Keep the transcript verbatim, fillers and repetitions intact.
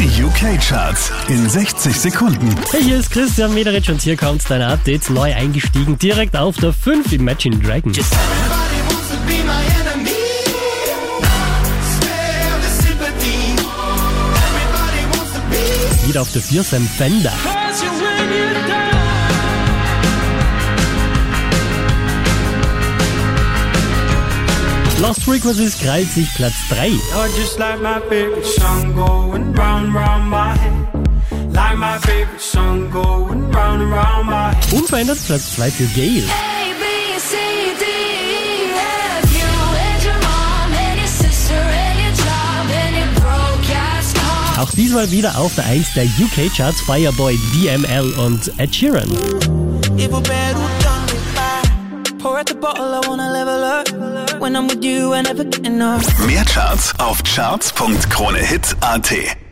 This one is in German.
Die U K-Charts in sechzig Sekunden. Hey, hier ist Christian Mederitsch und hier kommt dein Update. Neu eingestiegen, direkt auf der fünf, Imagine Dragons. Wieder auf der vier, Sam Fender. Lost Frequencies krallt sich Platz drei. Unverändert Platz zwei für Gayle. Auch diesmal wieder auf der eins der U K-Charts Fireboy, D M L und Ed Sheeran. Mehr Charts auf charts punkt kronehit punkt at.